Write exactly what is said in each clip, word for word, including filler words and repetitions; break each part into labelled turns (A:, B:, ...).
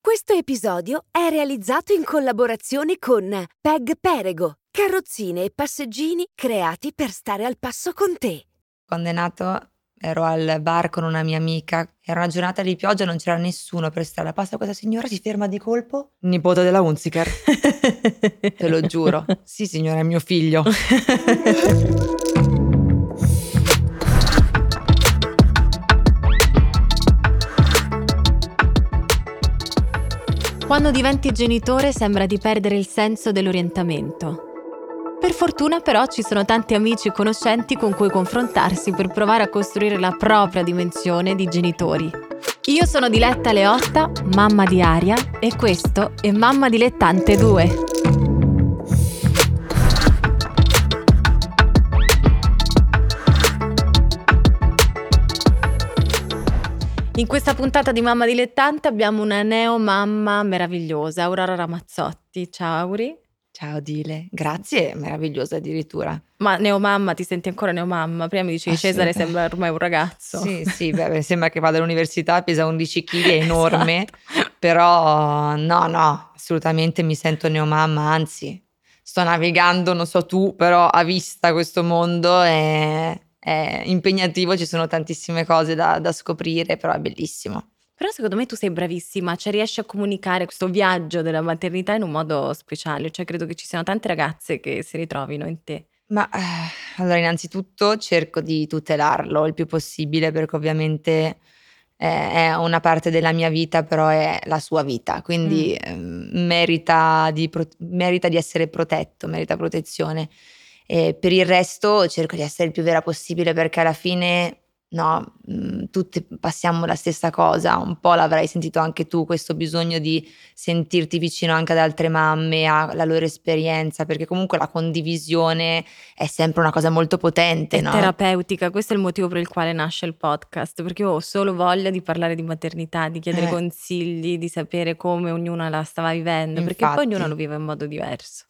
A: Questo episodio è realizzato in collaborazione con P E G Perego, carrozzine e passeggini creati per stare al passo con te.
B: Quando è nato ero al bar con una mia amica, era una giornata di pioggia, non c'era nessuno per strada, passa questa signora, si ferma di colpo, nipote della Hunziker. Te lo giuro. Sì signora, è mio figlio.
C: Quando diventi genitore sembra di perdere il senso dell'orientamento. Per fortuna però ci sono tanti amici e conoscenti con cui confrontarsi per provare a costruire la propria dimensione di genitori. Io sono Diletta Leotta, mamma di Aria, e questo è Mamma Dilettante due. In questa puntata di Mamma Dilettante abbiamo una neo-mamma meravigliosa, Aurora Ramazzotti. Ciao Auri.
B: Ciao Dile, grazie, meravigliosa addirittura.
C: Ma neomamma, ti senti ancora neomamma? Prima mi dicevi Cesare sembra ormai un ragazzo.
B: Sì, sì, beh, sembra che vada all'università, pesa undici chili, è enorme, esatto. Però no, no, assolutamente mi sento neomamma, anzi sto navigando, non so tu, però a vista questo mondo è, è impegnativo, ci sono tantissime cose da, da scoprire, però è bellissimo.
C: Però secondo me tu sei bravissima, cioè riesci a comunicare questo viaggio della maternità in un modo speciale, cioè credo che ci siano tante ragazze che si ritrovino in te.
B: Ma eh, allora innanzitutto cerco di tutelarlo il più possibile perché ovviamente eh, è una parte della mia vita, però è la sua vita, quindi mm. eh, merita, di pro- merita di essere protetto, merita protezione. E per il resto cerco di essere il più vera possibile perché alla fine... No, mh, tutti passiamo la stessa cosa, un po' l'avrai sentito anche tu, questo bisogno di sentirti vicino anche ad altre mamme, alla loro esperienza, perché comunque la condivisione è sempre una cosa molto potente,
C: è
B: no?
C: terapeutica, questo è il motivo per il quale nasce il podcast, perché io ho solo voglia di parlare di maternità, di chiedere eh. consigli, di sapere come ognuna la stava vivendo,
B: Infatti,
C: perché poi ognuno lo vive in modo diverso.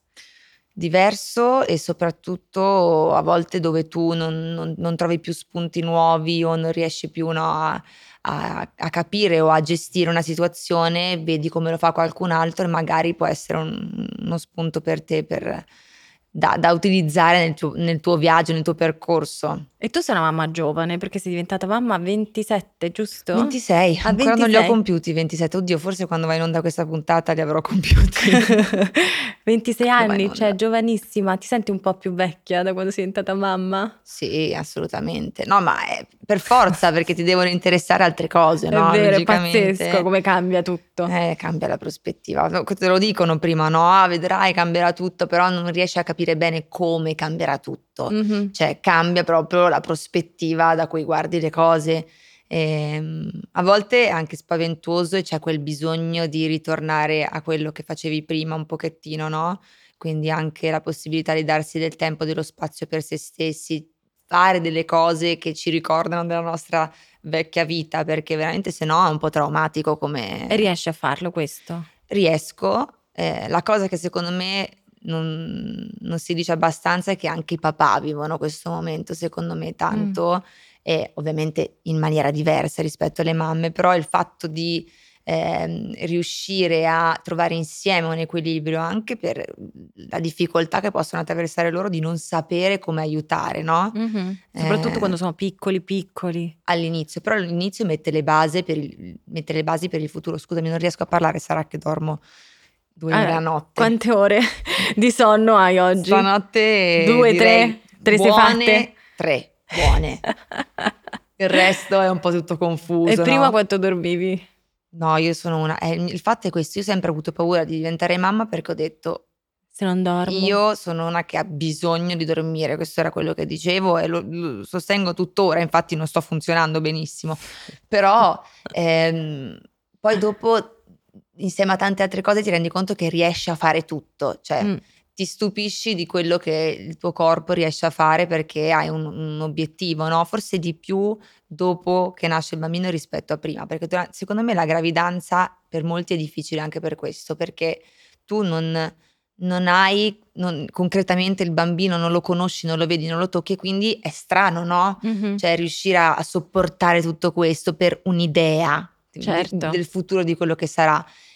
B: Diverso e soprattutto a volte dove tu non, non, non trovi più spunti nuovi o non riesci più no, a, a, a capire o a gestire una situazione, vedi come lo fa qualcun altro e magari può essere un, uno spunto per te per, da, da utilizzare nel tuo, nel tuo viaggio, nel tuo percorso.
C: E tu sei una mamma giovane perché sei diventata mamma a ventisette, giusto?
B: ventisei,
C: a
B: ancora
C: ventisei.
B: Non li ho compiuti ventisette, oddio forse quando vai in onda questa puntata li avrò compiuti.
C: ventisei anni, cioè giovanissima, ti senti un po' più vecchia da quando sei diventata mamma?
B: Sì, assolutamente, no ma è per forza perché ti devono interessare altre cose,
C: è
B: no?
C: Vero, è pazzesco come cambia tutto.
B: Eh, cambia la prospettiva, te lo dicono prima, no? Ah, vedrai cambierà tutto, però non riesci a capire bene come cambierà tutto, mm-hmm. Cioè cambia proprio la prospettiva da cui guardi le cose. E, a volte è anche spaventoso e c'è quel bisogno di ritornare a quello che facevi prima un pochettino, no? Quindi anche la possibilità di darsi del tempo, dello spazio per se stessi, fare delle cose che ci ricordano della nostra vecchia vita, perché veramente se no è un po' traumatico come...
C: E riesci a farlo questo?
B: Riesco, eh, la cosa che secondo me non, non si dice abbastanza è che anche i papà vivono questo momento, secondo me tanto, mm. E ovviamente in maniera diversa rispetto alle mamme, però il fatto di eh, riuscire a trovare insieme un equilibrio anche per la difficoltà che possono attraversare loro di non sapere come aiutare, no?
C: Mm-hmm. Soprattutto eh, quando sono piccoli piccoli.
B: All'inizio, però all'inizio mette le basi per il, mette le basi per il futuro. Scusami, non riesco a parlare, sarà che dormo due ore a notte.
C: Quante ore di sonno hai oggi?
B: Stanotte
C: due, tre, te le sei fatte?
B: Tre, buone. Il resto è un po' tutto confuso.
C: E prima
B: no?
C: quanto dormivi?
B: No, io sono una... Eh, il fatto è questo, io ho sempre avuto paura di diventare mamma perché ho detto...
C: Se non dormo.
B: Io sono una che ha bisogno di dormire, questo era quello che dicevo e lo, lo sostengo tuttora, infatti non sto funzionando benissimo. Però ehm, poi dopo, insieme a tante altre cose, ti rendi conto che riesci a fare tutto, cioè... Mm. Ti stupisci di quello che il tuo corpo riesce a fare perché hai un, un obiettivo, no? Forse di più dopo che nasce il bambino rispetto a prima, perché secondo me la gravidanza per molti è difficile anche per questo, perché tu non, non hai non, concretamente il bambino, non lo conosci, non lo vedi, non lo tocchi, quindi è strano, no? Mm-hmm. Cioè riuscire a, a sopportare tutto questo per un'idea, certo. di, del futuro di quello che sarà.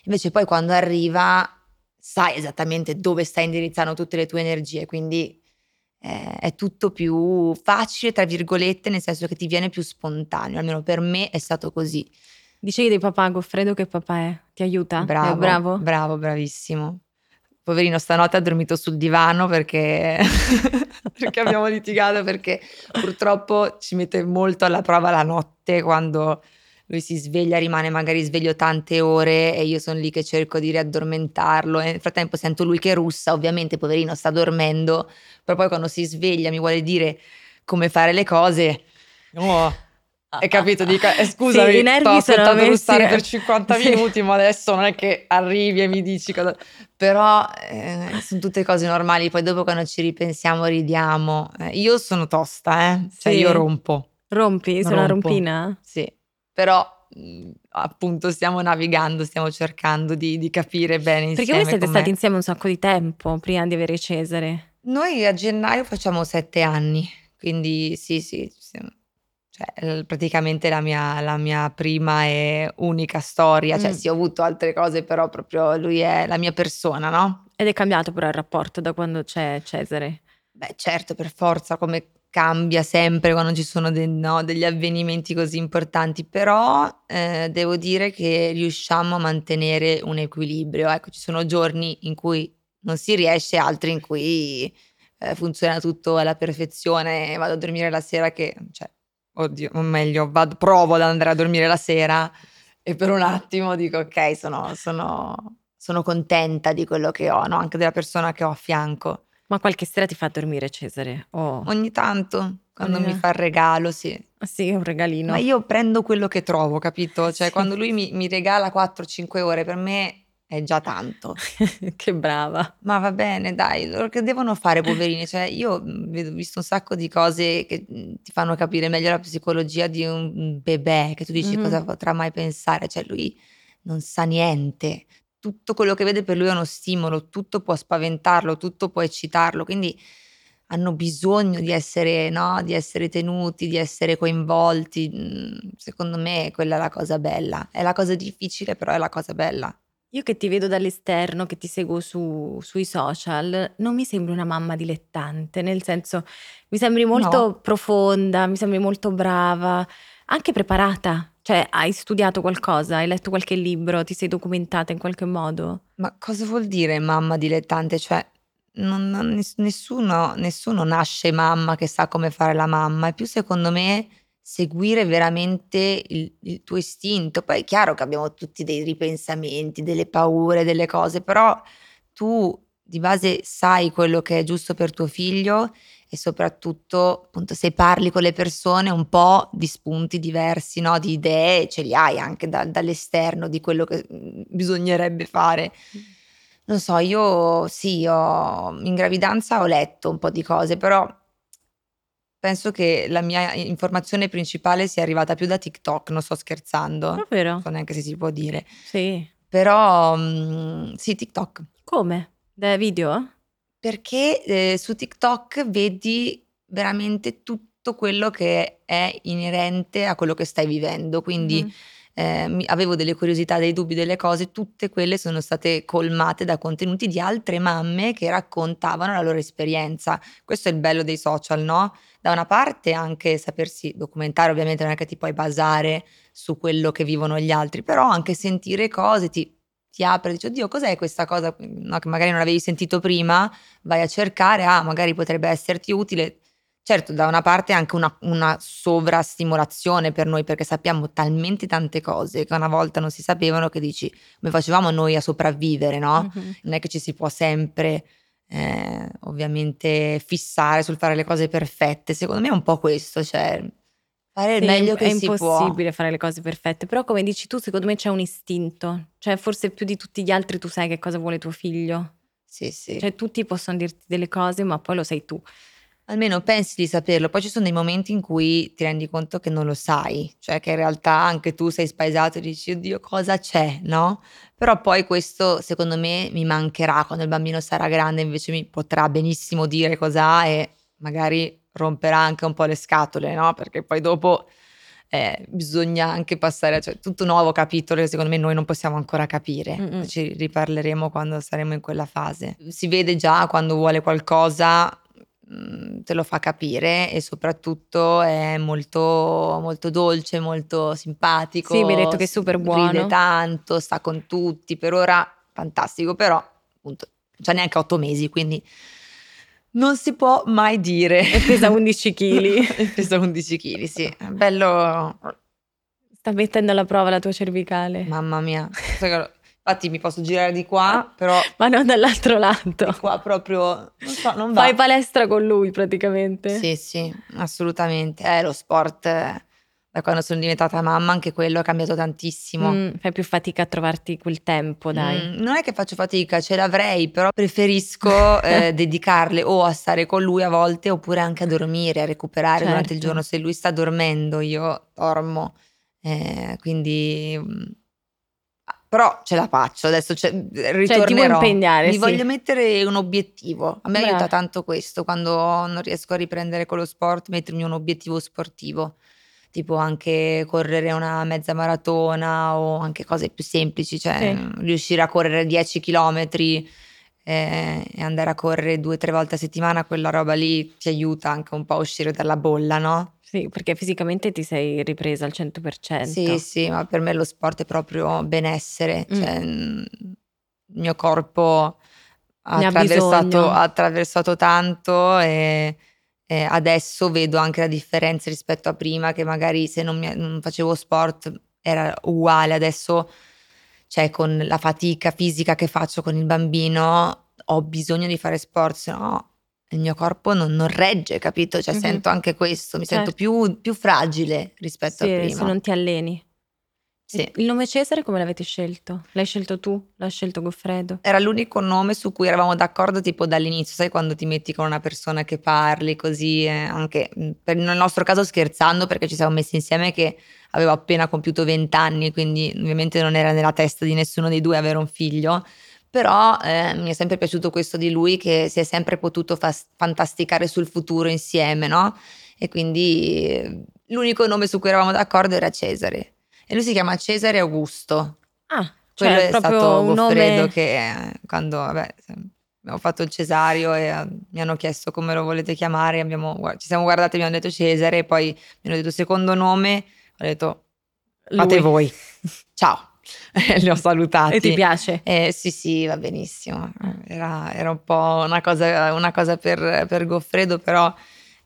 B: Invece poi quando arriva sai esattamente dove stai indirizzando tutte le tue energie, quindi eh, è tutto più facile, tra virgolette, nel senso che ti viene più spontaneo, almeno per me è stato così.
C: Dicevi di papà, Goffredo, che papà è? Ti aiuta?
B: Bravo,
C: È bravo?
B: bravo, bravissimo. Poverino, stanotte ha dormito sul divano perché, perché abbiamo litigato, perché purtroppo ci mette molto alla prova la notte quando lui si sveglia, rimane magari sveglio tante ore e io sono lì che cerco di riaddormentarlo e nel frattempo sento lui che russa, ovviamente poverino sta dormendo, però poi quando si sveglia mi vuole dire come fare le cose. Oh. Hai capito? Dico, eh, scusami,
C: Sì, i
B: t'ho
C: nervi sono
B: aspettato
C: messi-
B: russare per cinquanta
C: Sì.
B: minuti, ma adesso non è che arrivi e mi dici cosa. Però eh, sono tutte cose normali, poi dopo quando ci ripensiamo ridiamo. Eh, io sono tosta, eh? Cioè
C: Sì.
B: io rompo.
C: Rompi? Sei una
B: Rompo.
C: rompina?
B: Sì, però mh, appunto stiamo navigando, stiamo cercando di, di capire bene insieme.
C: Perché voi siete
B: com'è.
C: stati insieme un sacco di tempo prima di avere Cesare.
B: Noi a gennaio facciamo sette anni, quindi sì, sì, sì. Cioè, eh, praticamente la mia, la mia prima e unica storia. Cioè,
C: Mm.
B: sì, ho avuto altre cose, però proprio lui è la mia persona, no?
C: Ed è cambiato però il rapporto da quando c'è Cesare.
B: Beh, certo, per forza, come cambia sempre quando ci sono de- no, degli avvenimenti così importanti, però eh, devo dire che riusciamo a mantenere un equilibrio. Ecco, ci sono giorni in cui non si riesce, altri in cui eh, funziona tutto alla perfezione. Vado a dormire la sera che, cioè, oddio, o meglio, vado, provo ad andare a dormire la sera e per un attimo dico ok, sono, sono, sono contenta di quello che ho, no? Anche della persona che ho a fianco.
C: Ma qualche sera ti fa dormire Cesare? Oh.
B: Ogni tanto, quando
C: Ogni
B: mi
C: ta-
B: fa il regalo, sì.
C: Sì, è un regalino.
B: Ma io prendo quello che trovo, capito? Cioè,
C: Sì.
B: quando lui mi, mi regala quattro cinque ore, per me è già tanto.
C: Che brava.
B: Ma va bene, dai, loro che devono fare, poverini? Cioè, io mh, vedo- ho visto un sacco di cose che mh, ti fanno capire meglio la psicologia di un bebè, che tu dici
C: Mhm.
B: cosa potrà mai pensare. Cioè, lui non sa niente. Tutto quello che vede per lui è uno stimolo, tutto può spaventarlo, tutto può eccitarlo, quindi hanno bisogno di essere, no, di essere tenuti, di essere coinvolti. Mm, Secondo me quella è la cosa bella. È la cosa difficile, però è la cosa bella.
C: Io che ti vedo dall'esterno, che ti seguo su- sui social, non mi sembri una mamma dilettante, nel senso mi sembri molto
B: No.
C: profonda, mi sembri molto brava, anche preparata. Cioè, hai studiato qualcosa, hai letto qualche libro, ti sei documentata in qualche modo?
B: Ma cosa vuol dire mamma dilettante? Cioè, non- non- ness- nessuno, nessuno nasce mamma che sa come fare la mamma, è più secondo me seguire veramente il, il tuo istinto. Poi è chiaro che abbiamo tutti dei ripensamenti, delle paure, delle cose, però tu di base sai quello che è giusto per tuo figlio e soprattutto, appunto, se parli con le persone un po' di spunti diversi, no? Di idee ce li hai anche da- dall'esterno di quello che mm, bisognerebbe fare. Non so, io sì, ho, in gravidanza ho letto un po' di cose, però penso che la mia informazione principale sia arrivata più da TikTok, non sto scherzando, non
C: Davvero?
B: so neanche se si può dire,
C: Sì.
B: però mm, sì, TikTok.
C: Come? Da video?
B: Perché eh, su TikTok vedi veramente tutto quello che è inerente a quello che stai vivendo, quindi
C: Mhm.
B: eh, mi- avevo delle curiosità, dei dubbi, delle cose, tutte quelle sono state colmate da contenuti di altre mamme che raccontavano la loro esperienza. Questo è il bello dei social, no? Da una parte anche sapersi documentare, ovviamente non è che ti puoi basare su quello che vivono gli altri, però anche sentire cose ti, ti apre, dici, oddio, cos'è questa cosa, no, che magari non avevi sentito prima, vai a cercare, ah, magari potrebbe esserti utile. Certo, da una parte è anche una, una sovrastimolazione per noi, perché sappiamo talmente tante cose che una volta non si sapevano, che dici, come facevamo noi a sopravvivere, no?
C: Mhm.
B: Non è che ci si può sempre, eh, ovviamente, fissare sul fare le cose perfette. Secondo me è un po' questo, cioè fare il
C: Sì,
B: meglio
C: è
B: che si può.
C: impossibile fare le cose perfette, però come dici tu, secondo me c'è un istinto, cioè forse più di tutti gli altri tu sai che cosa vuole tuo figlio,
B: Sì, sì.
C: cioè tutti possono dirti delle cose, ma poi lo sai tu.
B: Almeno pensi di saperlo, poi ci sono dei momenti in cui ti rendi conto che non lo sai, cioè che in realtà anche tu sei spaesato e dici oddio cosa c'è, no? Però poi questo secondo me mi mancherà quando il bambino sarà grande, invece mi potrà benissimo dire cos'ha e magari romperà anche un po' le scatole, no? Perché poi dopo eh, bisogna anche passare, cioè tutto nuovo capitolo che secondo me noi non possiamo ancora capire.
C: Mm-mm.
B: Ci riparleremo quando saremo in quella fase. Si vede già quando vuole qualcosa, mh, te lo fa capire, e soprattutto è molto, molto dolce, molto simpatico.
C: Sì, mi hai detto che è super buono.
B: Ride tanto, sta con tutti, per ora fantastico, però appunto c'ha neanche otto mesi, quindi non si può mai dire.
C: E pesa undici chili.
B: Pesa undici chili, sì. Bello.
C: Sta mettendo alla prova la tua cervicale.
B: Mamma mia. Infatti mi posso girare di qua, però
C: Ma non dall'altro lato.
B: di qua proprio, non so, non va.
C: Fai palestra con lui praticamente.
B: Sì, sì, assolutamente. Eh, lo sport, eh, da quando sono diventata mamma, anche quello è cambiato tantissimo.
C: Mm, fai più fatica a trovarti quel tempo, dai.
B: Mm, non è che faccio fatica, ce l'avrei, però preferisco eh, dedicarle o a stare con lui a volte, oppure anche a dormire, a recuperare
C: Certo.
B: durante il giorno. Se lui sta dormendo, io dormo. Eh, quindi mm, però ce la faccio adesso, cioè, ritornerò.
C: Cioè, ti vuoi impegnare,
B: Mi
C: sì.
B: voglio mettere un obiettivo. A me
C: Brava.
B: aiuta tanto questo, quando non riesco a riprendere con lo sport, mettermi un obiettivo sportivo, tipo anche correre una mezza maratona o anche cose più semplici, cioè
C: Sì.
B: riuscire a correre dieci chilometri eh, e andare a correre due o tre volte a settimana, quella roba lì ti aiuta anche un po' a uscire dalla bolla, no?
C: Sì, perché fisicamente ti sei ripresa al cento per cento.
B: Sì, sì, ma per me lo sport è proprio benessere,
C: Mm.
B: cioè mm, il mio corpo ha
C: Ne ha
B: attraversato,
C: bisogno.
B: ha attraversato tanto, e, e adesso vedo anche la differenza rispetto a prima, che magari se non, mi- non facevo sport era uguale. Adesso, cioè, con la fatica fisica che faccio con il bambino, ho bisogno di fare sport, se no il mio corpo non, non regge, capito? Cioè
C: Mhm.
B: sento anche questo, mi sento
C: Certo.
B: più, più fragile rispetto
C: Sì,
B: a prima.
C: se non ti alleni.
B: Sì.
C: E il nome Cesare come l'avete scelto? L'hai scelto tu? L'ha scelto Goffredo?
B: Era l'unico nome su cui eravamo d'accordo tipo dall'inizio, sai, quando ti metti con una persona che parli così, eh, anche mh, per, nel nostro caso scherzando, perché ci siamo messi insieme che avevo appena compiuto venti anni, quindi ovviamente non era nella testa di nessuno dei due avere un figlio, però eh, mi è sempre piaciuto questo di lui, che si è sempre potuto fas- fantasticare sul futuro insieme, no? E quindi eh, l'unico nome su cui eravamo d'accordo era Cesare, e lui si chiama Cesare Augusto.
C: Ah,
B: Quello
C: cioè
B: è
C: proprio
B: stato
C: un
B: Goffredo,
C: nome...
B: che eh, quando vabbè, abbiamo fatto il cesario e eh, mi hanno chiesto come lo volete chiamare, abbiamo, gua- ci siamo guardati, abbiamo detto Cesare, e poi mi hanno detto secondo nome, ho detto fate
C: lui.
B: voi, ciao. Li ho salutati.
C: E ti piace?
B: Eh, sì, sì, va benissimo. Era, era un po' una cosa, una cosa per, per Goffredo, però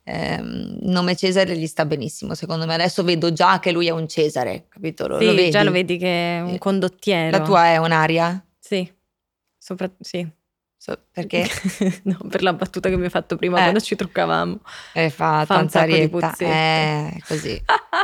B: ehm, il nome Cesare gli sta benissimo, secondo me. Adesso vedo già che lui è un Cesare, capito? Lo,
C: Sì,
B: lo vedi?
C: già lo vedi che è un
B: Eh,
C: condottiero.
B: La tua è un'aria?
C: Sì, sopra... sì.
B: So- perché?
C: No, per la battuta che mi hai fatto prima
B: Eh.
C: quando ci truccavamo.
B: Eh, fa,
C: Fa un
B: tanta
C: sacco di
B: arietta.
C: puzzette.
B: Eh, così.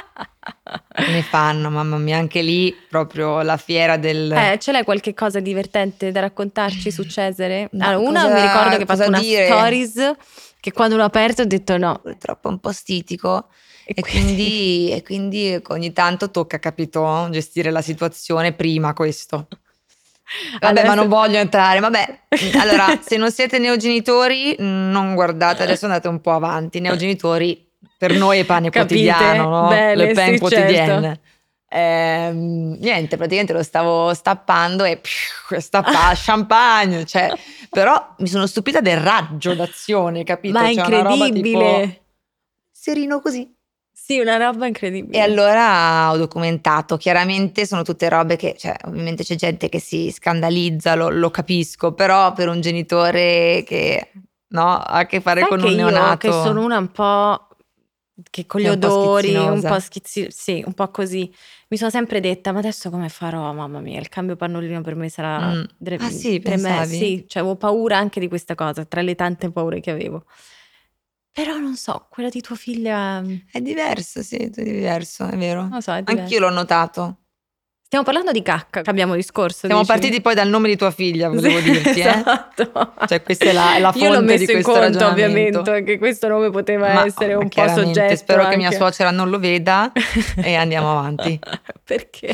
B: Ne fanno, mamma mia, anche lì proprio la fiera del...
C: Eh, ce l'hai qualche cosa divertente da raccontarci su Cesare?
B: Ma
C: Allora, una
B: cosa-
C: mi ricordo che hai
B: cosa
C: fatto una
B: dire?
C: stories che quando l'ho aperto ho detto no.
B: Purtroppo è un po' stitico,
C: E
B: e quindi, e quindi ogni tanto tocca, capito, gestire la situazione prima questo. Vabbè,
C: Adesso-
B: ma non voglio entrare. Vabbè, allora, se non siete neogenitori, non guardate, adesso andate un po' avanti. Neogenitori, per noi è pane
C: Capite?
B: quotidiano, no?
C: Bene,
B: Le pain
C: sì,
B: quotidienne.
C: certo.
B: Ehm, niente, praticamente lo stavo stappando e pfiuh, questa pa- champagne, cioè, però mi sono stupita del raggio d'azione, capito?
C: Ma è
B: Cioè, una roba
C: incredibile.
B: tipo serino così.
C: Sì, una roba incredibile.
B: E allora ho documentato. Chiaramente sono tutte robe che, cioè, ovviamente c'è gente che si scandalizza, lo, lo capisco, però per un genitore che, no, ha a che fare
C: Sai
B: con
C: che
B: un
C: io,
B: neonato.
C: che sono una un po' che con gli
B: È un po'
C: odori, un
B: schizzinosa.
C: po' schizzi, sì, un po' così. Mi sono sempre detta, ma adesso come farò? Mamma mia, il cambio pannolino per me sarà
B: Mm.
C: dre-
B: Ah, sì,
C: treme-
B: pensavi?
C: Sì, cioè avevo paura anche di questa cosa, tra le tante paure che avevo. Però non so, quella di tua figlia, non
B: È diverso, sì, è diverso, è vero.
C: lo so, è diverso.
B: Anch'io l'ho notato.
C: Stiamo parlando di cacca, cambiamo discorso.
B: Siamo
C: dici?
B: partiti poi dal nome di tua figlia, volevo
C: Sì,
B: dirti, eh.
C: esatto.
B: Cioè, questa è la, è la
C: Io l'ho
B: fonte
C: messo
B: di
C: in
B: questo
C: conto,
B: ragionamento.
C: ovviamente, che questo nome poteva
B: Ma-
C: essere
B: ma
C: un po'
B: chiaramente,
C: soggetto
B: spero che mia
C: anche.
B: suocera non lo veda e andiamo avanti.
C: Perché?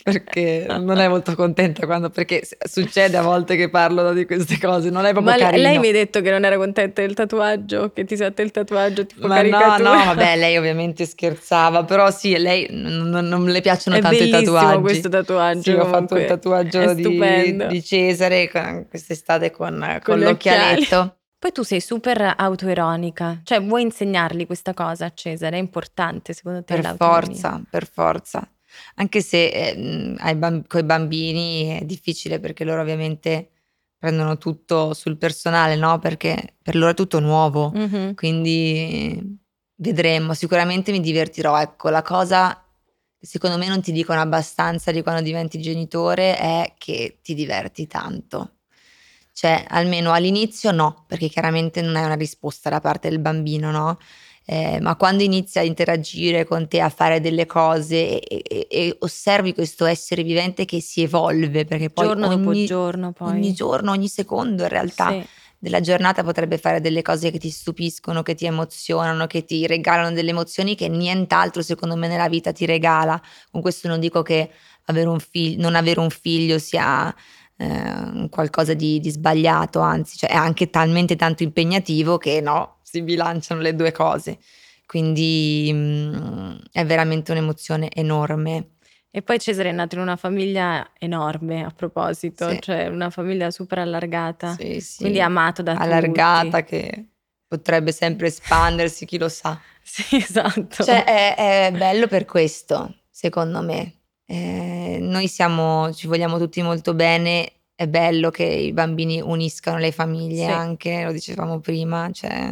B: perché non è molto contenta quando, perché s- succede a volte che parlo di queste cose, non è proprio
C: Ma le-
B: carino.
C: lei mi ha detto che non era contenta del tatuaggio, che ti sei fatta il tatuaggio tipo
B: Ma
C: caricatura.
B: no, no, vabbè, lei ovviamente scherzava, però sì, a lei non, non- non le piacciono
C: È
B: tanto i
C: bellissimo
B: tatuaggi.
C: questo tatuaggio,
B: Sì, ho fatto il
C: comunque.
B: tatuaggio
C: È
B: di,
C: stupendo.
B: di Cesare con- quest'estate con,
C: Con
B: con
C: gli occhiali.
B: l'occhialetto.
C: Poi tu sei super autoironica, cioè vuoi insegnargli questa cosa a Cesare? È importante secondo te
B: Per
C: l'autoironia?
B: forza, per forza. Anche se eh, ai bam- coi bambini è difficile perché loro ovviamente prendono tutto sul personale, no? Perché per loro è tutto nuovo.
C: Mhm.
B: Quindi vedremo, sicuramente mi divertirò. Ecco, la cosa che secondo me non ti dicono abbastanza di quando diventi genitore è che ti diverti tanto. Cioè, almeno all'inizio no, perché chiaramente non hai una risposta da parte del bambino, no? Eh, ma quando inizia a interagire con te, a fare delle cose e, e- e osservi questo essere vivente che si evolve, perché poi
C: Giorno dopo
B: ogni,
C: giorno
B: ogni
C: poi.
B: giorno, ogni secondo in realtà
C: Sì.
B: della giornata potrebbe fare delle cose che ti stupiscono, che ti emozionano, che ti regalano delle emozioni che nient'altro secondo me nella vita ti regala. Con questo non dico che avere un figlio, non avere un figlio sia eh, qualcosa di, di sbagliato, anzi, cioè è anche talmente tanto impegnativo che no, si bilanciano le due cose. Quindi mm, è veramente un'emozione enorme.
C: E poi Cesare è nato in una famiglia enorme, a proposito,
B: Sì,
C: cioè una famiglia super allargata,
B: sì,
C: quindi
B: sì.
C: amato da
B: Allargata
C: tutti.
B: che potrebbe sempre espandersi, chi lo sa.
C: Sì, esatto.
B: Cioè è, è bello per questo, secondo me. Eh, noi siamo, ci vogliamo tutti molto bene, è bello che i bambini uniscano le famiglie
C: Sì.
B: anche, lo dicevamo prima, cioè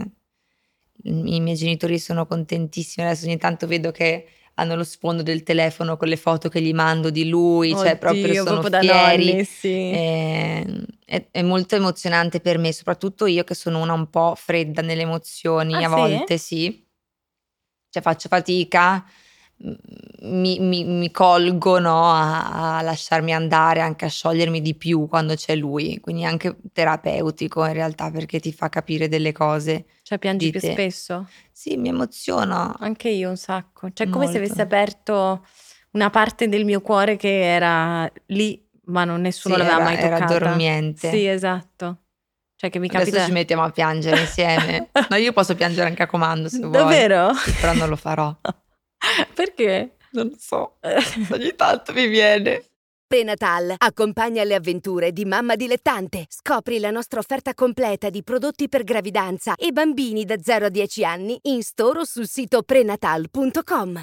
B: i miei genitori sono contentissimi, adesso ogni tanto vedo che hanno lo sfondo del telefono con le foto che gli mando di lui, cioè proprio
C: Oddio,
B: sono
C: proprio da
B: fieri.
C: nonni, sì.
B: Ehm, è, è molto emozionante per me, soprattutto io che sono una un po' fredda nelle emozioni,
C: Ah
B: a
C: sì?
B: volte sì, cioè faccio fatica, m- mi, mi- mi colgo, no, a, a lasciarmi andare, anche a sciogliermi di più quando c'è lui, quindi è anche terapeutico in realtà perché ti fa capire delle cose
C: Cioè piangi
B: di
C: più
B: te.
C: spesso?
B: Sì, mi emoziona
C: Anche io un sacco. Cioè come se
B: molto.
C: avesse aperto una parte del mio cuore che era lì, ma non nessuno
B: Sì,
C: l'aveva
B: era,
C: mai
B: era
C: toccata. Sì,
B: dormiente.
C: esatto. Cioè che mi
B: Adesso ci
C: capita.
B: mettiamo a piangere insieme. No, io posso piangere anche a comando se vuoi.
C: Davvero?
B: Sì, però non lo farò.
C: Perché?
B: Non lo so. Ogni tanto mi viene.
A: Prenatal accompagna le avventure di mamma dilettante. Scopri la nostra offerta completa di prodotti per gravidanza e bambini da zero a dieci anni in store o sul sito prenatal punto com.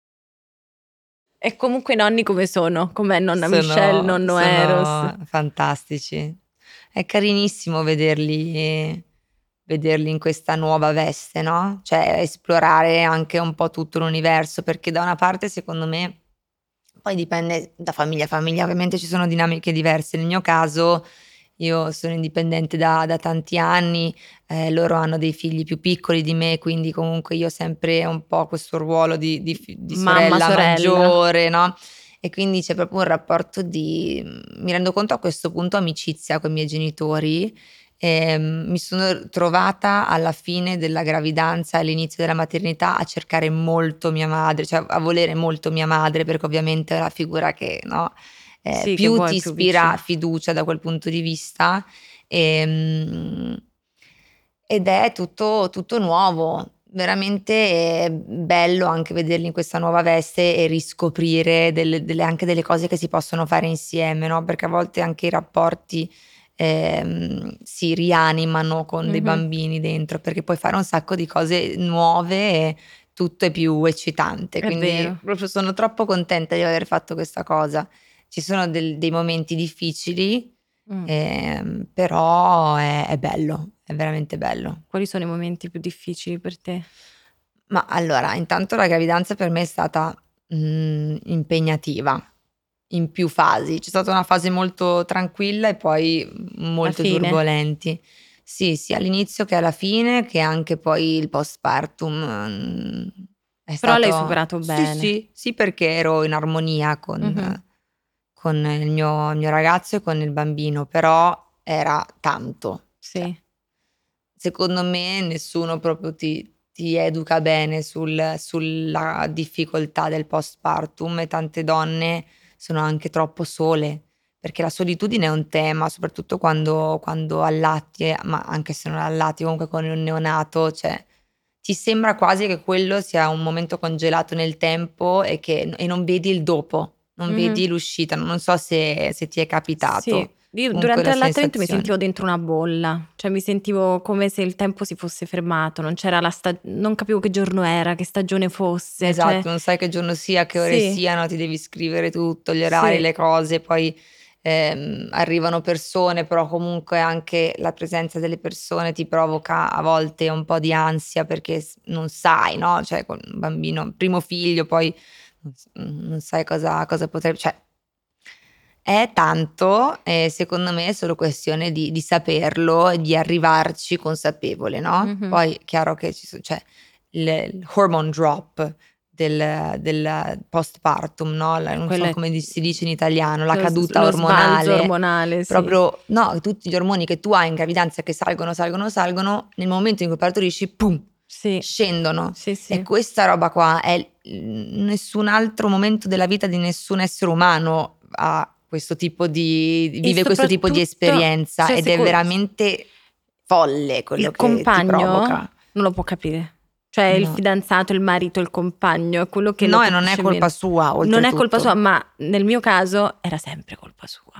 C: E comunque i nonni come sono? Com'è nonna Michelle,
B: Sono,
C: nonno Eros?
B: sono fantastici. È carinissimo vederli, vederli in questa nuova veste, no? Cioè esplorare anche un po' tutto l'universo, perché da una parte secondo me, poi dipende da famiglia a famiglia, ovviamente ci sono dinamiche diverse. Nel mio caso io sono indipendente da, da tanti anni, eh, loro hanno dei figli più piccoli di me, quindi comunque io ho sempre un po' questo ruolo di, di fi- di
C: Mamma,
B: sorella
C: sorella.
B: maggiore, no? E quindi c'è proprio un rapporto di, mi rendo conto a questo punto, amicizia con i miei genitori. Ehm, mi sono trovata alla fine della gravidanza e all'inizio della maternità a cercare molto mia madre, cioè a volere molto mia madre, perché ovviamente è la figura che, no, eh,
C: Sì, che
B: più
C: vuoi
B: ti
C: più
B: ispira
C: vicino.
B: fiducia da quel punto di vista. Ehm, ed è tutto, tutto nuovo. Veramente è bello anche vederli in questa nuova veste e riscoprire delle, delle- anche delle cose che si possono fare insieme, no? Perché a volte anche i rapporti ehm, si rianimano con dei
C: Mhm.
B: bambini dentro, perché puoi fare un sacco di cose nuove e tutto è più eccitante.
C: È
B: Quindi
C: vero.
B: proprio sono troppo contenta di aver fatto questa cosa. Ci sono del- dei momenti difficili,
C: Mm.
B: ehm, però è, è bello, è veramente bello.
C: Quali sono i momenti più difficili per te?
B: Ma allora, intanto la gravidanza per me è stata, mhmm, impegnativa in più fasi. C'è stata una fase molto tranquilla e poi, mhmm,
C: La
B: molte
C: fine?
B: turbolenti. Sì, sia all'inizio che alla fine, che anche poi il postpartum, mhmm, è
C: Però l'hai
B: stato
C: superato
B: sì,
C: bene.
B: sì, sì perché ero in armonia
C: Mhm.
B: con con il mio il mio ragazzo e con il bambino, però era tanto. Cioè,
C: Sì.
B: secondo me nessuno proprio ti ti educa bene sul sulla difficoltà del postpartum e tante donne sono anche troppo sole, perché la solitudine è un tema, soprattutto quando, quando allatti, ma anche se non allatti, comunque con un neonato, cioè ti sembra quasi che quello sia un momento congelato nel tempo e che e non vedi il dopo, non
C: Mhm.
B: vedi l'uscita, non so se, se ti è capitato.
C: Sì, io
B: Comunque
C: durante
B: la
C: l'allattamento mi
B: sensazione.
C: sentivo dentro una bolla, cioè mi sentivo come se il tempo si fosse fermato, non c'era la sta- non capivo che giorno era, che stagione fosse,
B: Esatto,
C: cioè
B: non sai che giorno sia, che ore
C: sì,
B: siano, ti devi scrivere tutto, gli orari,
C: sì,
B: le cose, poi ehm, arrivano persone, però comunque anche la presenza delle persone ti provoca a volte un po' di ansia perché s- non sai, no? Cioè con un bambino, primo figlio, poi non s- non sai cosa, cosa potrebbe... Cioè, è tanto e secondo me è solo questione di, di saperlo e di arrivarci consapevole, no?
C: Mhm.
B: Poi è chiaro che ci so- c'è il, il hormone drop del, del postpartum, no? La- non
C: Quello
B: so
C: è
B: come di- si dice in italiano, la
C: lo, s-
B: caduta
C: lo sbalzo
B: ormonale,
C: ormonale, sì,
B: proprio, no, tutti gli ormoni che tu hai in gravidanza che salgono, salgono, salgono, nel momento in cui partorisci, pum,
C: sì,
B: scendono.
C: sì,
B: E
C: sì.
B: questa roba qua è mm, nessun altro momento della vita di nessun essere umano ha questo tipo di
C: E
B: vive questo tipo di
C: soprattutto,
B: esperienza
C: cioè,
B: ed è
C: seco-
B: veramente folle quello
C: il
B: che ti provoca.
C: compagno non lo può capire. Cioè il
B: No.
C: fidanzato, il marito, il compagno è quello che lo
B: No, e non è
C: capisce
B: colpa
C: meno.
B: sua,
C: Non è
B: oltretutto.
C: colpa sua, ma nel mio caso era sempre colpa sua.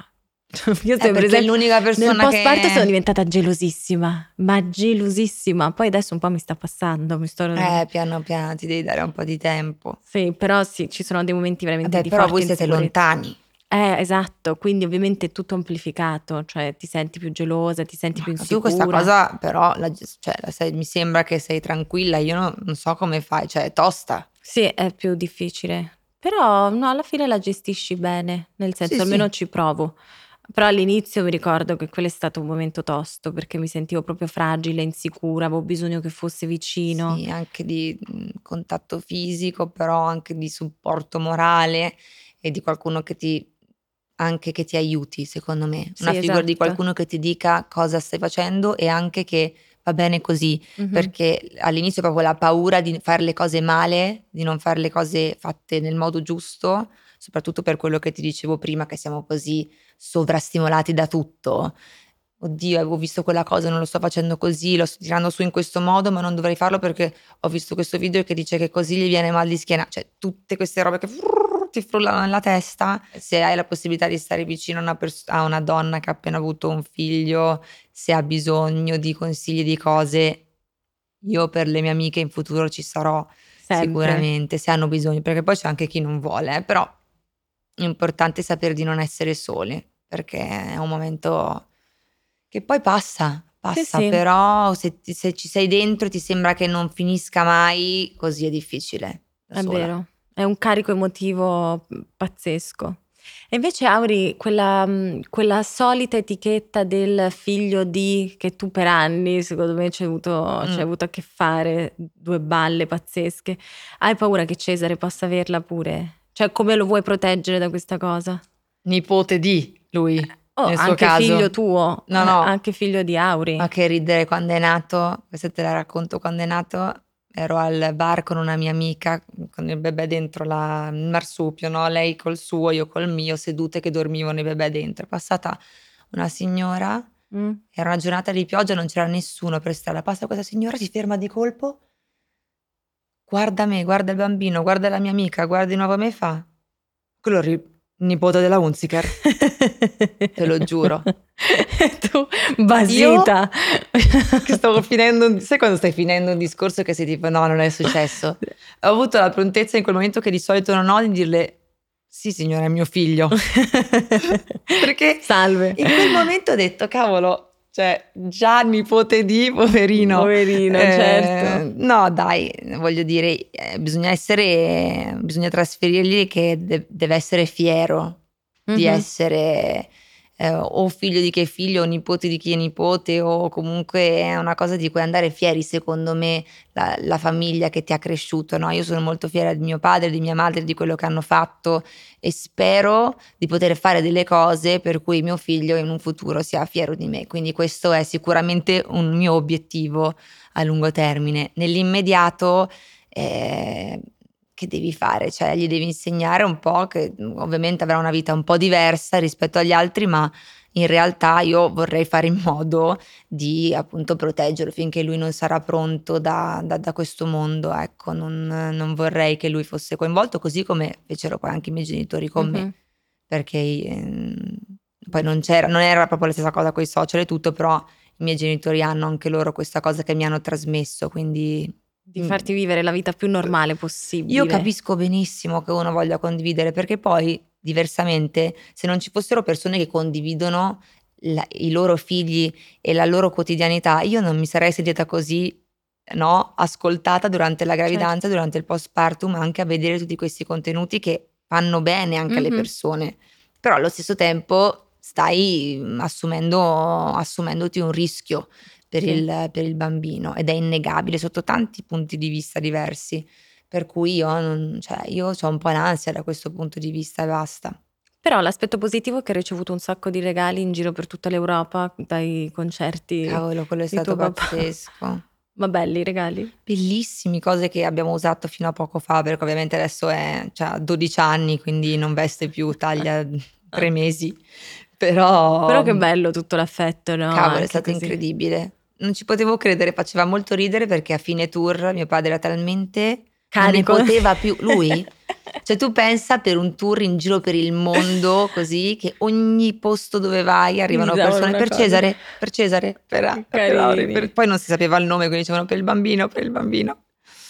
C: Io
B: Eh,
C: sempre,
B: perché è
C: esempio,
B: l'unica
C: nel
B: persona
C: postparto sono
B: che
C: diventata gelosissima, ma gelosissima. Poi adesso un po' mi sta passando, mi sto...
B: eh, piano piano ti devi dare un po' di tempo.
C: Sì, però sì, ci sono dei momenti veramente
B: Vabbè,
C: di
B: però
C: forte
B: voi siete
C: insicurezza.
B: lontani.
C: Eh, esatto, quindi ovviamente è tutto amplificato, cioè ti senti più gelosa, ti senti più
B: Ma tu questa
C: insicura.
B: cosa però la ges- cioè, la sei- mi sembra che sei tranquilla, io no- non so come fai, cioè è tosta.
C: Sì, è più difficile, però no, alla fine la gestisci bene, nel senso
B: Sì,
C: almeno
B: sì.
C: ci provo. Però all'inizio mi ricordo che quello è stato un momento tosto perché mi sentivo proprio fragile, insicura, avevo bisogno che fosse vicino.
B: Sì, anche di mh, contatto fisico, però anche di supporto morale e di qualcuno che ti anche che ti aiuti, secondo me. Una
C: Sì,
B: figura di
C: esatto.
B: qualcuno che ti dica cosa stai facendo e anche che va bene così,
C: Mhm.
B: perché all'inizio proprio la paura di fare le cose male, di non fare le cose fatte nel modo giusto, soprattutto per quello che ti dicevo prima, che siamo così sovrastimolati da tutto. Oddio, avevo visto quella cosa, non lo sto facendo così, lo sto tirando su in questo modo, ma non dovrei farlo perché ho visto questo video che dice che così gli viene mal di schiena. Cioè, tutte queste robe che frrrr ti frullano nella testa. Se hai la possibilità di stare vicino a una, pers- a una donna che ha appena avuto un figlio, se ha bisogno di consigli di cose, io per le mie amiche in futuro ci sarò
C: Sempre.
B: sicuramente, se hanno bisogno, perché poi c'è anche chi non vuole, eh, però è importante sapere di non essere soli, perché è un momento che poi passa, passa,
C: sì.
B: però se, ti- se ci sei dentro ti sembra che non finisca mai, così è difficile da
C: È
B: sola.
C: vero, è un carico emotivo mm, pazzesco. E invece Auri, quella, mm, quella solita etichetta del figlio di che tu per anni, secondo me c'hai avuto,
B: Mm.
C: c'hai avuto a che fare, due balle pazzesche. Hai paura che Cesare possa averla pure? Cioè, come lo vuoi proteggere da questa cosa?
B: Nipote di lui,
C: Oh,
B: nel suo
C: anche
B: caso.
C: figlio tuo,
B: No,
C: eh,
B: no.
C: anche figlio di Auri.
B: Ma che ridere, quando è nato, questa te la racconto, quando è nato ero al bar con una mia amica con il bebè dentro la, il marsupio, no? Lei col suo, io col mio, sedute che dormivano i bebè dentro. È passata una signora,
C: Mm?
B: era una giornata di pioggia, non c'era nessuno per strada, passa questa signora, si ferma di colpo, guarda me, guarda il bambino, guarda la mia amica, guarda di nuovo me e fa, quello è il nipote della Hunziker, te lo giuro.
C: E tu, basita.
B: Che stavo finendo, un- sai quando stai finendo un discorso che sei tipo no, non è successo. Ho avuto la prontezza in quel momento che di solito non ho di dirle sì signora è mio figlio. Perché
C: Salve.
B: in quel momento ho detto cavolo, cioè già nipote di poverino.
C: Poverino,
B: Eh,
C: certo.
B: No dai, voglio dire, eh, bisogna essere, bisogna trasferirgli che de- deve essere fiero di
C: Mhm.
B: essere eh, o figlio di chi è figlio o nipote di chi è nipote, o comunque è una cosa di cui andare fieri, secondo me, la, la famiglia che ti ha cresciuto, no? Io sono molto fiera di mio padre, di mia madre, di quello che hanno fatto e spero di poter fare delle cose per cui mio figlio in un futuro sia fiero di me, quindi questo è sicuramente un mio obiettivo a lungo termine. Nell'immediato eh, che devi fare? Cioè gli devi insegnare un po' che ovviamente avrà una vita un po' diversa rispetto agli altri, ma in realtà io vorrei fare in modo di appunto proteggerlo finché lui non sarà pronto da, da, da questo mondo, ecco, non, non vorrei che lui fosse coinvolto, così come fecero poi anche i miei genitori con
C: Mhm.
B: me, perché ehm, poi non c'era, non era proprio la stessa cosa con i social e tutto, però i miei genitori hanno anche loro questa cosa che mi hanno trasmesso, quindi
C: Di farti vivere la vita più normale possibile.
B: io capisco benissimo che uno voglia condividere, perché poi diversamente, se non ci fossero persone che condividono la- i loro figli e la loro quotidianità, io non mi sarei sentita così, no, ascoltata durante la gravidanza, durante il postpartum, anche a vedere tutti questi contenuti che fanno bene anche alle
C: Mhm.
B: persone. Però allo stesso tempo stai mm, assumendo, assumendoti un rischio per,
C: Sì.
B: il, per il bambino, ed è innegabile sotto tanti punti di vista diversi. Per cui io, non, cioè, io ho un po' l'ansia da questo punto di vista e basta.
C: Però l'aspetto positivo è che hai ricevuto un sacco di regali in giro per tutta l'Europa, dai concerti
B: Cavolo, quello è
C: di
B: stato
C: tuo papà.
B: pazzesco.
C: Ma belli i regali?
B: Bellissimi, cose che abbiamo usato fino a poco fa, perché ovviamente adesso è, cioè, ha dodici anni, quindi non veste più taglia tre mesi. Però,
C: Però che bello tutto l'affetto, no?
B: cavolo, è
C: Anche
B: stato
C: così.
B: incredibile. Non ci potevo credere, faceva molto ridere perché a fine tour mio padre era talmente...
C: Carico.
B: Non ne poteva più. Lui? Cioè tu pensa per un tour in giro per il mondo così, che ogni posto dove vai arrivano
C: Gli davano
B: persone
C: una
B: per
C: cosa.
B: Cesare, per Cesare, per, per Lauri,
C: Carini.
B: per- poi non si sapeva il nome, quindi dicevano per il bambino, per il bambino.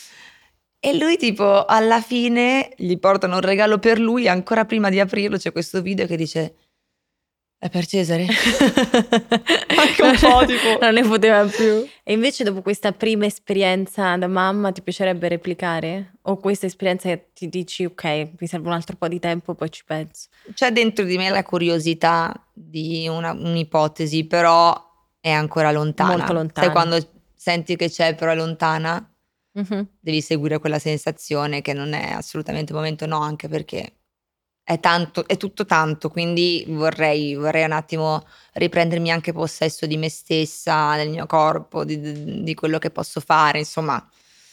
B: E lui tipo alla fine gli portano un regalo per lui, ancora prima di aprirlo c'è questo video che dice è per Cesare. Anche un po' tipo...
C: Non ne poteva più. E invece dopo questa prima esperienza da mamma ti piacerebbe replicare? O questa esperienza che ti dici ok, mi serve un altro po' di tempo, poi ci penso?
B: C'è dentro di me la curiosità di una, un'ipotesi, però è ancora lontana.
C: Molto lontana.
B: Sai quando senti che c'è però è lontana?
C: Mhm.
B: Devi seguire quella sensazione che non è assolutamente il momento, no, anche perché è tanto, è tutto tanto, quindi vorrei, vorrei un attimo riprendermi anche possesso di me stessa, del mio corpo, di, di- di quello che posso fare, insomma,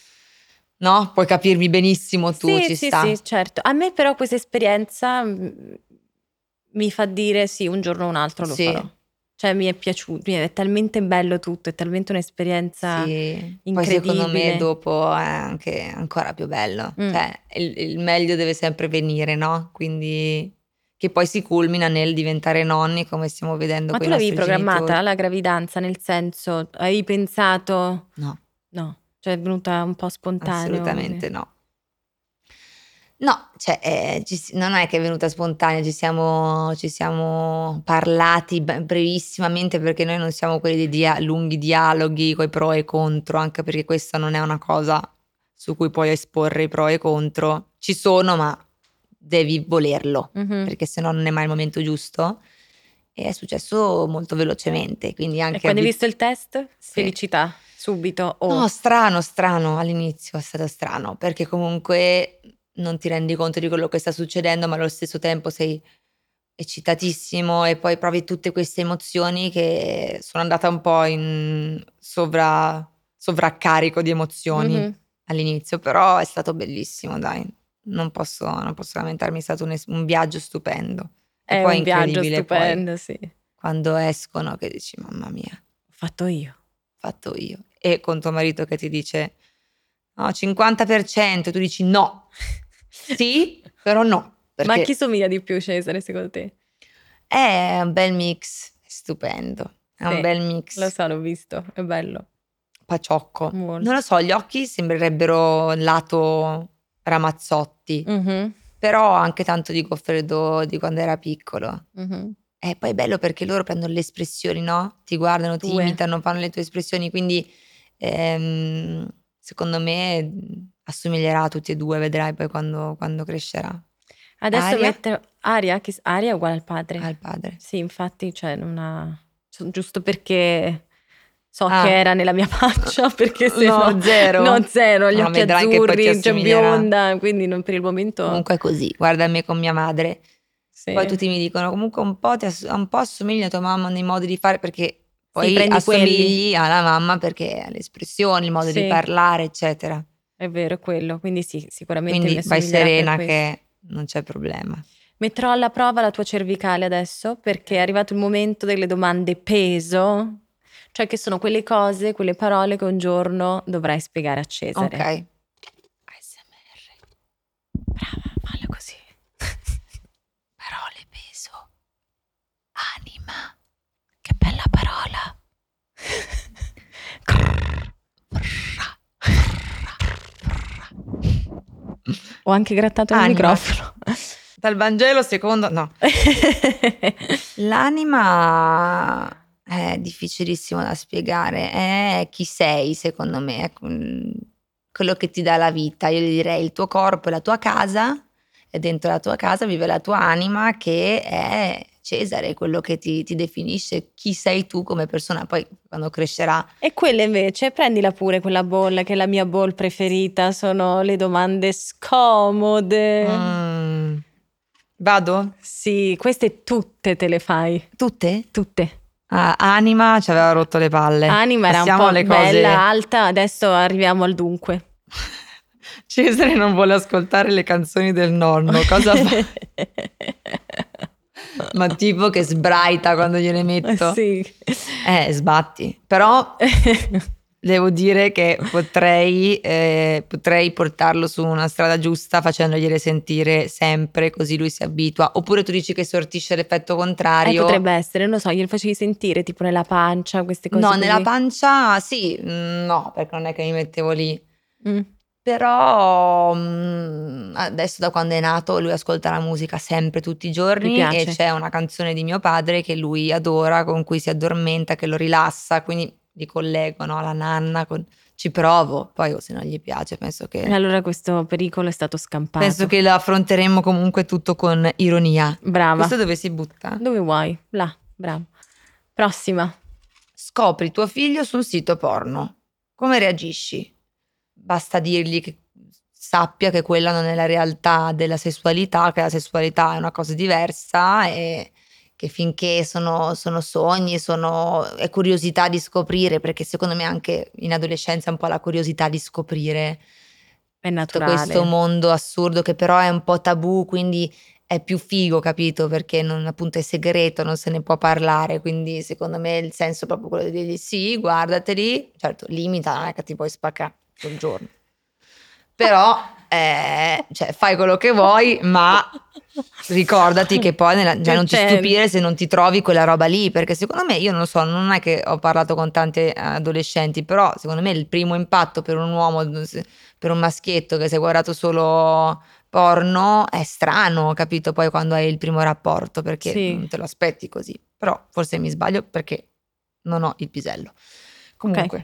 B: no? Puoi capirmi benissimo tu,
C: Sì,
B: ci
C: sì,
B: sta.
C: sì, certo. A me però questa esperienza mm, mi fa dire sì, un giorno o un altro lo
B: Sì.
C: farò. Cioè mi è piaciuto, mi è talmente bello tutto, è talmente un'esperienza
B: Sì, poi
C: incredibile.
B: secondo me dopo è anche ancora più bello,
C: Mm.
B: cioè il, il meglio deve sempre venire, no? Quindi che poi si culmina nel diventare nonni, come stiamo vedendo
C: Ma
B: con
C: tu
B: i
C: l'avevi
B: nostri
C: programmata
B: genitori.
C: la gravidanza, nel senso, hai pensato?
B: No,
C: No, cioè è venuta un po' spontaneo.
B: assolutamente
C: così.
B: no. No, cioè, eh, ci si- non è che è venuta spontanea, ci siamo, ci siamo parlati b- brevissimamente, perché noi non siamo quelli dei dia- lunghi dialoghi con i pro e i contro, anche perché questa non è una cosa su cui puoi esporre i pro e i contro. Ci sono, ma devi volerlo,
C: Mhm.
B: perché sennò non è mai il momento giusto. E è successo molto velocemente, quindi
C: E
B: anche...
C: quando hai
B: abbi-
C: visto il test?
B: Sì.
C: Felicità, subito. Oh.
B: No, strano, strano, all'inizio è stato strano, perché comunque non ti rendi conto di quello che sta succedendo, ma allo stesso tempo sei eccitatissimo e poi provi tutte queste emozioni che sono andata un po' in sovra, sovraccarico di emozioni
C: Mhm.
B: all'inizio, però è stato bellissimo, dai, non posso, non posso lamentarmi, è stato un, es- un viaggio stupendo. E
C: È
B: poi
C: un viaggio
B: incredibile poi
C: stupendo, sì. Ho
B: quando escono che dici mamma mia,
C: fatto io.
B: fatto io. E con tuo marito che ti dice no, cinquanta per cento, tu dici no. Sì, però no. Perché
C: Ma chi somiglia di più Cesare secondo te?
B: è un bel mix, è stupendo. È
C: Sì,
B: un bel mix.
C: Lo so, l'ho visto, è bello.
B: Paciocco.
C: Molto.
B: Non lo so, gli occhi sembrerebbero lato Ramazzotti,
C: Mhm,
B: però anche tanto di Goffredo di quando era piccolo.
C: mhm.
B: E poi è bello perché loro prendono le espressioni, no? Ti guardano, ti
C: Tue.
B: imitano, fanno le tue espressioni, quindi ehm, secondo me mh, assomiglierà a tutti e due, vedrai poi quando, quando crescerà.
C: Adesso
B: Aria?
C: mettere Aria, che Aria è uguale al padre.
B: Al padre.
C: Sì, infatti, cioè, non ha... so- giusto perché so
B: Ah.
C: che era nella mia faccia, perché se
B: No,
C: no...
B: zero?
C: No, zero, gli
B: No,
C: occhi
B: vedrai che poi ti
C: azzurri, già
B: assomiglierà.
C: bionda, quindi non per il momento...
B: Comunque è così, guarda me con mia madre.
C: sì.
B: Poi tutti mi dicono comunque un po', ti ass- un po' assomiglia a tua mamma nei modi di fare, perché poi
C: prendi
B: assomigli
C: quelli.
B: alla mamma perché ha le espressioni, il modo
C: Sì.
B: di parlare, eccetera.
C: è vero, è quello. Quindi sì, sicuramente
B: Quindi
C: mi
B: vai
C: assomiglierà per
B: serena
C: questo.
B: che non c'è problema.
C: Metterò alla prova la tua cervicale adesso perché è arrivato il momento delle domande peso, cioè che sono quelle cose, quelle parole che un giorno dovrai spiegare a Cesare.
B: Ok. A S M R.
C: Brava, fallo così.
B: Parole peso. Anima.
C: Che bella parola. Ho anche grattato il
B: Anima.
C: microfono.
B: Dal Vangelo secondo... No. L'anima è difficilissimo da spiegare. È chi sei, secondo me. È quello che ti dà la vita. Io gli direi il tuo corpo è la tua casa e dentro la tua casa vive la tua anima che è Cesare, quello che ti, ti definisce chi sei tu come persona. Poi quando crescerà...
C: E quella invece, prendila pure quella bolla che è la mia bolla preferita, sono le domande scomode.
B: Mm. Vado?
C: Sì, queste tutte te le fai.
B: Tutte?
C: Tutte.
B: Ah, Anima ci aveva rotto le palle.
C: Anima era
B: Passiamo
C: un po'
B: alle cose...
C: bella, alta, adesso arriviamo al dunque.
B: Cesare non vuole ascoltare le canzoni del nonno, cosa fa? Ma tipo che sbraita quando gliele metto.
C: Sì.
B: Eh, sbatti. Però devo dire che potrei, eh, potrei portarlo su una strada giusta facendogliele sentire sempre, così lui si abitua. Oppure tu dici che sortisce l'effetto
C: Eh,
B: contrario?
C: potrebbe essere, non lo so, glielo facevi sentire tipo nella pancia, queste cose
B: No,
C: così.
B: nella pancia sì, mm, no, perché non è che mi mettevo lì.
C: Mm.
B: Però mm, adesso da quando è nato lui ascolta la musica sempre tutti i
C: Gli
B: giorni e
C: piace.
B: c'è una canzone di mio padre che lui adora, con cui si addormenta, che lo rilassa, quindi li collego, no, alla nanna, con- ci provo, poi oh, se non gli piace penso
C: E
B: che,
C: allora questo pericolo è stato scampato.
B: penso che lo affronteremo comunque tutto con ironia.
C: Brava.
B: Questo dove si butta?
C: Dove vuoi? Là, bravo. Prossima.
B: Scopri tuo figlio su un sito porno. Come reagisci? Basta dirgli che sappia che quella non è la realtà della sessualità, che la sessualità è una cosa diversa e che finché sono, sono sogni, sono, è curiosità di scoprire, perché secondo me anche in adolescenza è un po' la curiosità di scoprire
C: È
B: tutto
C: naturale.
B: questo mondo assurdo che però è un po' tabù, quindi è più figo, capito? Perché non, appunto è segreto, non se ne può parlare, quindi secondo me il senso è proprio quello di dirgli sì, guardateli, certo, limita, non è che ti puoi spaccare quel giorno. Però, eh, cioè, fai quello che vuoi, ma ricordati che poi nella, cioè, non ti
C: Cioè,
B: stupire se non ti trovi quella roba lì, perché secondo me, io non lo so, non è che ho parlato con tanti adolescenti, però secondo me il primo impatto per un uomo, per un maschietto che si è guardato solo porno è strano, capito? Poi quando hai il primo rapporto, perché
C: Sì.
B: non te lo aspetti così. Però forse mi sbaglio perché non ho il pisello. Comunque,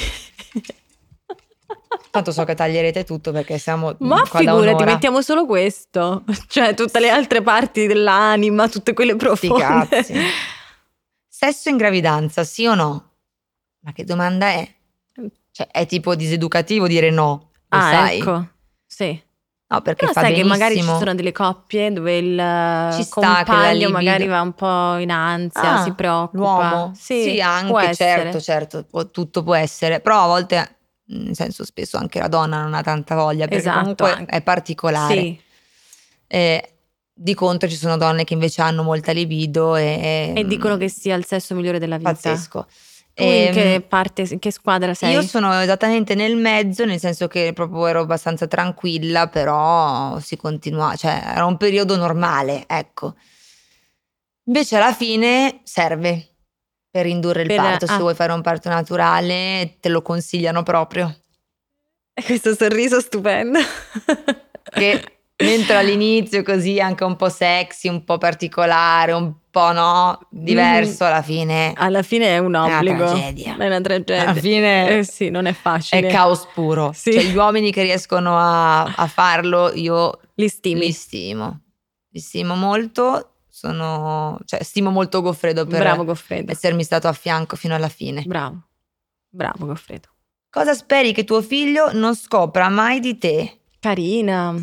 B: tanto so che taglierete tutto perché siamo
C: Ma
B: qua da
C: figurati,
B: un'ora.
C: mettiamo solo questo. Cioè, tutte le altre parti dell'anima, tutte quelle
B: Sti
C: profonde.
B: cazzi. Sesso in gravidanza, sì o no? Ma che domanda è? Cioè, è tipo diseducativo dire no, lo
C: Ah,
B: sai?
C: ecco. Sì.
B: No, perché
C: Però
B: fa
C: sai che
B: benissimo.
C: magari ci sono delle coppie dove il
B: Ci sta che la
C: compagno
B: libido-
C: magari va un po' in ansia,
B: Ah,
C: si preoccupa.
B: l'uomo?
C: Sì, può
B: anche,
C: essere.
B: certo, certo, può- tutto può essere, però a volte, nel senso spesso anche la donna non ha tanta voglia, perché
C: Esatto,
B: comunque
C: anche.
B: è particolare.
C: Sì.
B: Eh, di contro ci sono donne che invece hanno molta libido e...
C: E dicono che sia il sesso migliore della vita.
B: Pazzesco.
C: Tu in
B: Ehm,
C: che parte, in che squadra sei?
B: Io sono esattamente nel mezzo, nel senso che proprio ero abbastanza tranquilla, però si continua, cioè era un periodo normale, ecco. Invece alla fine serve per indurre il
C: Per-
B: parto, se
C: ah.
B: vuoi fare un parto naturale te lo consigliano proprio.
C: E questo sorriso stupendo.
B: Che mentre all'inizio così anche un po' sexy, un po' particolare, un po' no, diverso, alla fine
C: Alla fine è un
B: è una
C: obbligo.
B: tragedia.
C: È una tragedia.
B: Alla fine
C: Eh sì, non è facile.
B: è caos puro.
C: Sì.
B: Cioè gli uomini che riescono a, a farlo io
C: Li stimi.
B: li stimo. Li stimo molto. Sono, cioè, stimo molto Goffredo per
C: Bravo Goffredo.
B: essermi stato a fianco fino alla fine.
C: Bravo. Bravo Goffredo.
B: Cosa speri che tuo figlio non scopra mai di te?
C: Carina.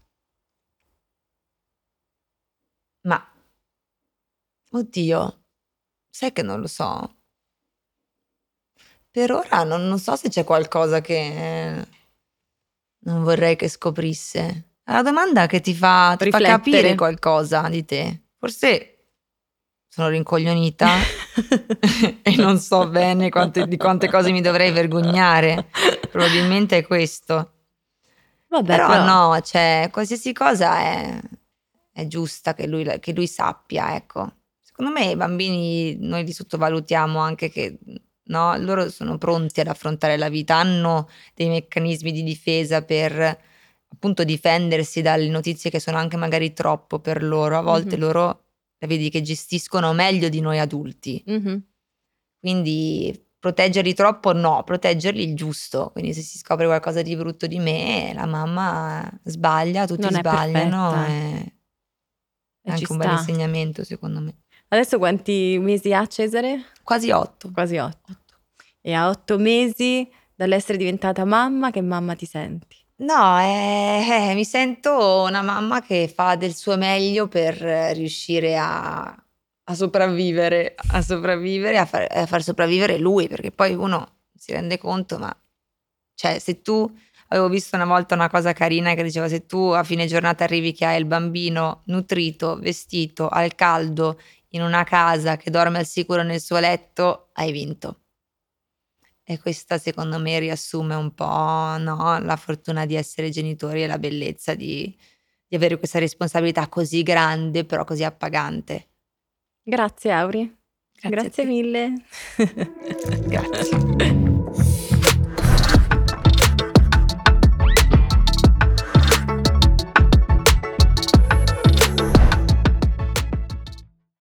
B: Ma, oddio, sai che non lo so. Per ora non, non so se c'è qualcosa che... non vorrei che scoprisse? È una domanda che ti fa, ti fa
C: Riflettere.
B: capire qualcosa di te. Forse sono rincoglionita e non so bene quante- di quante cose mi dovrei vergognare. Probabilmente è questo.
C: Vabbè,
B: Però,
C: però
B: no, cioè, qualsiasi cosa è, è giusta che lui, la- che lui sappia, ecco. Secondo me i bambini noi li sottovalutiamo anche che, no, loro sono pronti ad affrontare la vita, hanno dei meccanismi di difesa per appunto difendersi dalle notizie che sono anche magari troppo per loro. A volte
C: Mhm.
B: loro la vedi che gestiscono meglio di noi adulti.
C: Mhm.
B: Quindi proteggerli troppo no, proteggerli il giusto. Quindi se si scopre qualcosa di brutto di me, la mamma sbaglia, tutti
C: Non è
B: sbagliano,
C: perfetta.
B: è è
C: E ci
B: anche un bel
C: sta.
B: insegnamento secondo me.
C: Adesso quanti mesi ha Cesare?
B: Quasi otto.
C: Quasi otto. E a otto mesi dall'essere diventata mamma, che mamma ti senti?
B: No, eh, eh, mi sento una mamma che fa del suo meglio per eh, riuscire a, a sopravvivere, a sopravvivere, a far, a far sopravvivere lui, perché poi uno si rende conto, ma cioè se tu, avevo visto una volta una cosa carina che diceva se tu a fine giornata arrivi che hai il bambino nutrito, vestito, al caldo, in una casa che dorme al sicuro nel suo letto, hai vinto. E questa secondo me riassume un po', no, la fortuna di essere genitori e la bellezza di di avere questa responsabilità così grande, però così appagante.
C: Grazie Auri.
B: Grazie a
C: Grazie
B: te.
C: mille.
B: Grazie.